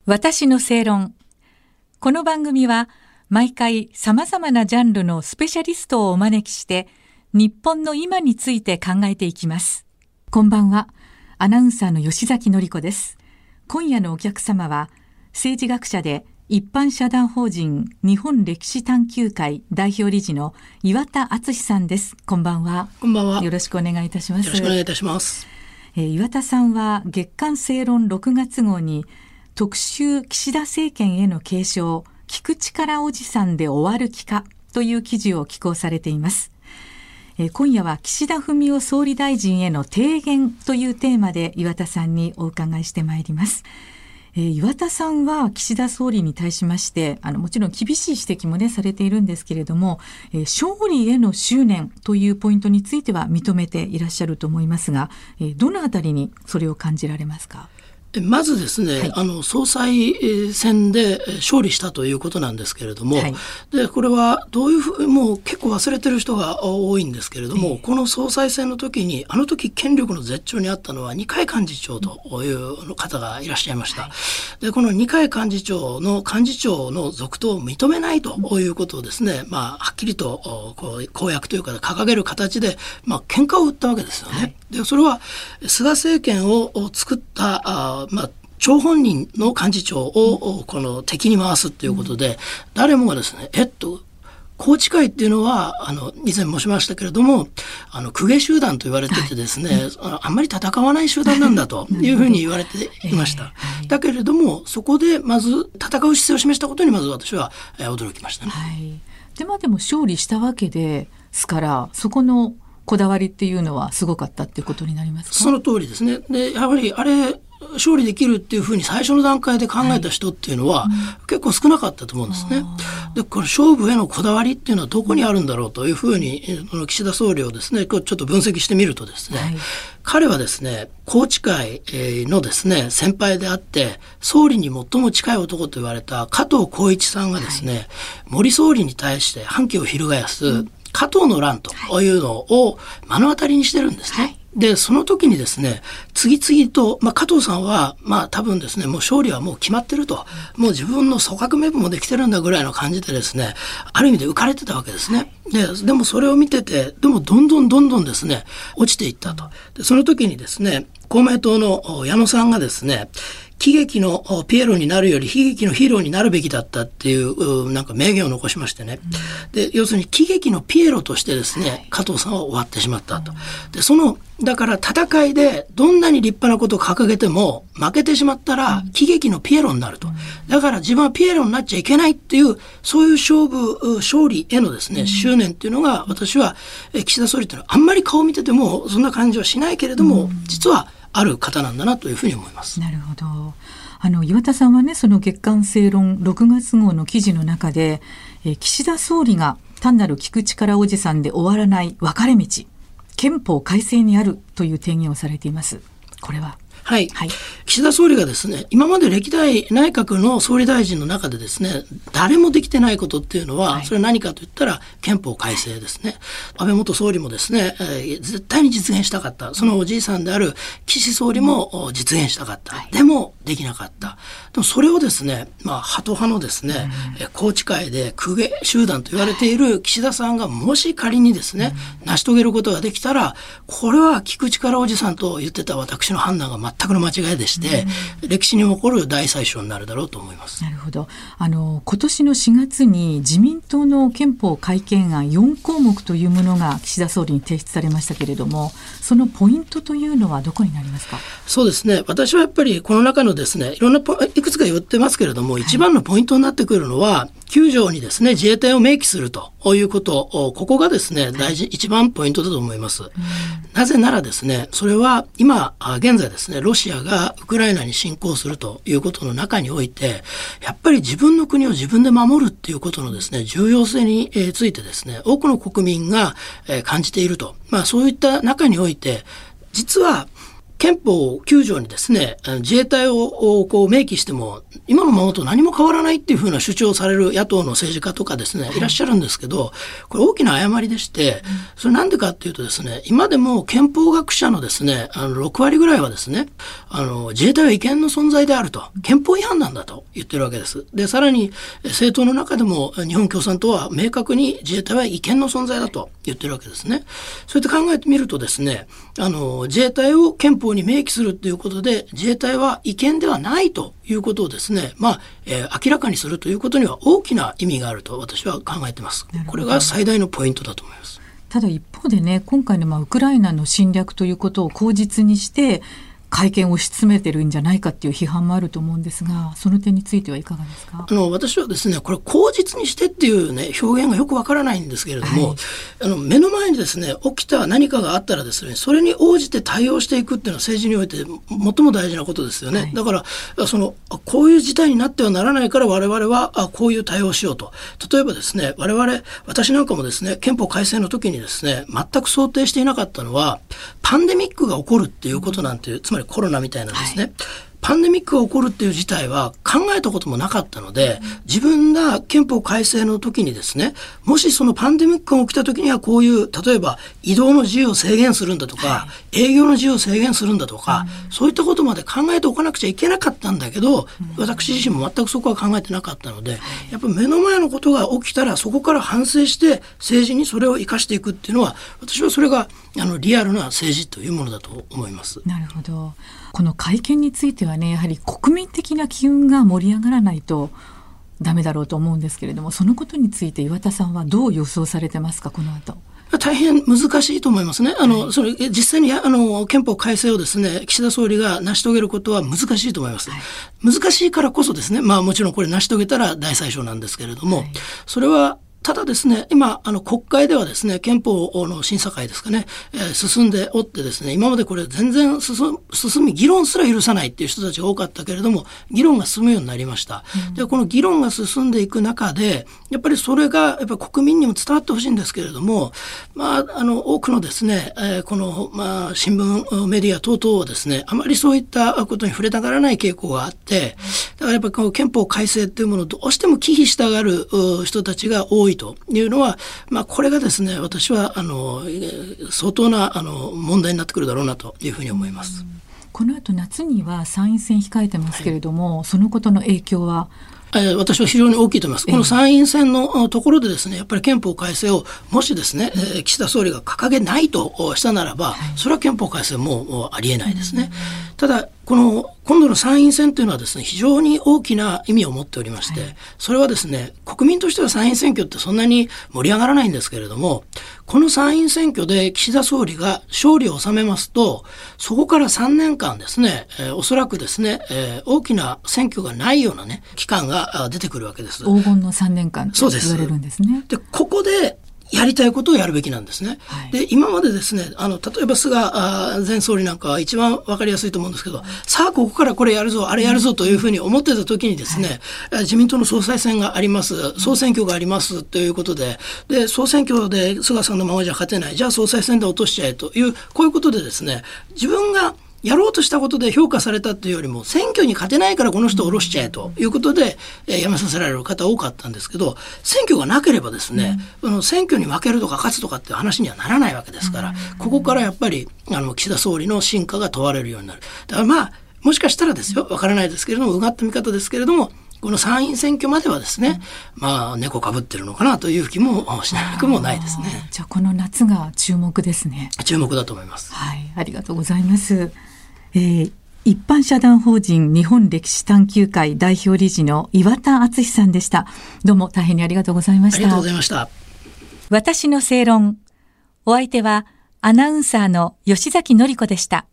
私の正論。この番組は毎回様々なジャンルのスペシャリストをお招きして日本の今について考えていきます。こんばんは。アナウンサーの吉崎紀子です。今夜のお客様は政治学者で一般社団法人日本歴史探究会代表理事の岩田敦さんです。こんばんは。 こんばんは。 よろしくお願いいたします。 よろしくお願いいたします。 岩田さんは月刊正論6月号に特集岸田政権への警鐘、聞く力おじさんで終わる気かという記事を寄稿されています。今夜は岸田文雄総理大臣への提言というテーマで岩田さんにお伺いしてまいります。岩田さんは岸田総理に対しましてもちろん厳しい指摘もねされているんですけれども、勝利への執念というポイントについては認めていらっしゃると思いますが、どのあたりにそれを感じられますか？ まずですね、総裁選で勝利したということなんですけれども、でこれはどういうふうもう結構忘れてる人が多いんですけれども、この総裁選の時に時権力の絶頂にあったのは二階幹事長という方がいらっしゃいました。でこの二階幹事長の続投を認めないということをですね、はっきりと公約というか掲げる形で喧嘩を売ったわけですよね。でそれは菅政権を作った張本人の幹事長をこの敵に回すということで、誰もがですね、宏池会っていうのは以前申しましたけれども公家集団と言われててですね、あんまり戦わない集団なんだというふうに言われていました。だけれどもそこでまず戦う姿勢を示したことにまず私は驚きましたね。 でも勝利したわけですからそこのこだわりっていうのはすごかったっていうことになりますか？ その通りですね。でやはり勝利できるっていうふうに最初の段階で考えた人っていうのは、結構少なかったと思うんですね。でこの勝負へのこだわりっていうのはどこにあるんだろうというふうに岸田総理をですねちょっと分析してみるとですね、彼はですね宏池会のですね先輩であって総理に最も近い男と言われた加藤浩一さんがですね、森総理に対して反旗を翻す加藤の乱というのを目の当たりにしてるんですね。でその時にですね次々と、加藤さんは多分ですねもう勝利はもう決まってると、もう自分の組閣メモもできてるんだぐらいの感じでですねある意味で浮かれてたわけですね。でもそれを見ててどんどんですね落ちていったと。でその時にですね公明党の矢野さんがですね喜劇のピエロになるより悲劇のヒーローになるべきだったっていう名言を残しましてね。で要するに喜劇のピエロとしてですね加藤さんは終わってしまったと。でだから戦いでどんなに立派なことを掲げても負けてしまったら喜劇のピエロになると。だから自分はピエロになっちゃいけないっていうそういう勝利へのですね執念っていうのが私は岸田総理っていうのはあんまり顔を見ててもそんな感じはしないけれども実はある方なんだなというふうに思います。 なるほど。岩田さんはねその月刊正論6月号の記事の中で、岸田総理が単なる聞く力おじさんで終わらない分かれ道憲法改正にあるという提言をされています。これは岸田総理がですね今まで歴代内閣の総理大臣の中でですね誰もできてないことっていうのは、それは何かといったら憲法改正ですね。安倍元総理もですね、絶対に実現したかった。そのおじいさんである岸総理も実現したかった、でもできなかった。でもそれをですねハト派のですね、宏池会で公家集団と言われている岸田さんがもし仮にですね、成し遂げることができたらこれは聞く力おじさんと言ってた私の判断が全くの間違いでして、歴史に残る大宰相になるだろうと思います。 なるほど。今年の4月に自民党の憲法改憲案4項目というものが岸田総理に提出されましたけれども、そのポイントというのはどこになりますか？ そうですね、私はやっぱりこの中のですねいろんないくつか言ってますけれども、一番のポイントになってくるのは9条にですね自衛隊を明記するということここがですね一番ポイントだと思います。なぜならですねそれは今現在ですねロシアがウクライナに侵攻するということの中においてやっぱり自分の国を自分で守るっていうことのですね重要性についてですね多くの国民が感じていると、そういった中において実は憲法9条にですね、自衛隊をこう明記しても、今のままと何も変わらないっていうふうな主張をされる野党の政治家とかですね、いらっしゃるんですけど、これ大きな誤りでして、それなんでかっていうとですね、今でも憲法学者のですね、6割ぐらいはですね、自衛隊は違憲の存在であると、憲法違反なんだと言ってるわけです。で、さらに政党の中でも日本共産党は明確に自衛隊は違憲の存在だと言ってるわけですね。そうやって考えてみるとですね、自衛隊を憲法に明記するということで、自衛隊は違憲ではないということをですね、明らかにするということには大きな意味があると私は考えています。これが最大のポイントだと思います。 ただ一方でね、今回のウクライナの侵略ということを口実にして会見を推し進めてるんじゃないかっていう批判もあると思うんですが、その点についてはいかがですか？ 私はですね、これ口実にしてっていうね、表現がよくわからないんですけれども、目の前にですね、起きた何かがあったらですね、それに応じて対応していくっていうのは政治において最も大事なことですよね。だからこういう事態になってはならないから我々はこういう対応をしようと。例えばですね、私なんかもですね、憲法改正の時にですね、全く想定していなかったのはパンデミックが起こるっていうことなんていう、つまりコロナみたいなですね、パンデミックが起こるっていう事態は考えたこともなかったので、自分が憲法改正の時にですね、もしそのパンデミックが起きた時にはこういう、例えば移動の自由を制限するんだとか、営業の自由を制限するんだとか、そういったことまで考えておかなくちゃいけなかったんだけど、私自身も全くそこは考えてなかったので、やっぱり目の前のことが起きたらそこから反省して政治にそれを生かしていくっていうのは、私はそれがリアルな政治というものだと思います。 なるほど。この会見についてはね、やはり国民的な機運が盛り上がらないとダメだろうと思うんですけれども、そのことについて岩田さんはどう予想されてますか、この後？ 大変難しいと思いますね。実際に憲法改正をですね、岸田総理が成し遂げることは難しいと思います。難しいからこそですね、もちろんこれ成し遂げたら大最小なんですけれども、それはただですね、今、国会ではですね、憲法の審査会ですかね、進んでおってですね、今までこれ全然進み、議論すら許さないっていう人たちが多かったけれども、議論が進むようになりました。で、この議論が進んでいく中で、やっぱりそれが、やっぱり国民にも伝わってほしいんですけれども、多くのですね、新聞、メディア等々はですね、あまりそういったことに触れたがらない傾向があって、だからやっぱりこの憲法改正っていうものをどうしても忌避したがる人たちが多いというのは、これがですね、私は相当な問題になってくるだろうなというふうに思います。 この後夏には参院選控えてますけれども、そのことの影響は？ 私は非常に大きいと思います。この参院選のところでですね、やっぱり憲法改正をもしですね、岸田総理が掲げないとしたならば、それは憲法改正もありえないですね。ただ今度の参院選というのはですね、非常に大きな意味を持っておりまして、それはですね、国民としては参院選挙ってそんなに盛り上がらないんですけれども、この参院選挙で岸田総理が勝利を収めますと、そこから3年間ですね、おそらくですね、大きな選挙がないようなね、期間が出てくるわけです。 黄金の3年間と言われるんですね。 で、ここでやりたいことをやるべきなんですね。で、今までですね、例えば菅前総理なんかは一番わかりやすいと思うんですけど、さあここからこれやるぞ、あれやるぞというふうに思ってた時にですね、自民党の総裁選があります、総選挙がありますということで、総選挙で菅さんのままじゃ勝てない、じゃあ総裁選で落としちゃえという、こういうことでですね、自分がやろうとしたことで評価されたというよりも、選挙に勝てないからこの人を下ろしちゃえということで、辞めさせられる方多かったんですけど、選挙がなければですね、選挙に負けるとか勝つとかっていう話にはならないわけですから、ここからやっぱり岸田総理の真価が問われるようになる。だからもしかしたらですよ、わからないですけれども、うがった見方ですけれども、この参院選挙まではですね、猫かぶってるのかなという気もしなくもないですね。 じゃあこの夏が注目ですね。 注目だと思います。 はい、ありがとうございます。一般社団法人日本歴史探究会代表理事の岩田敦さんでした。どうも大変にありがとうございました。 ありがとうございました。 私の正論。お相手はアナウンサーの吉崎典子でした。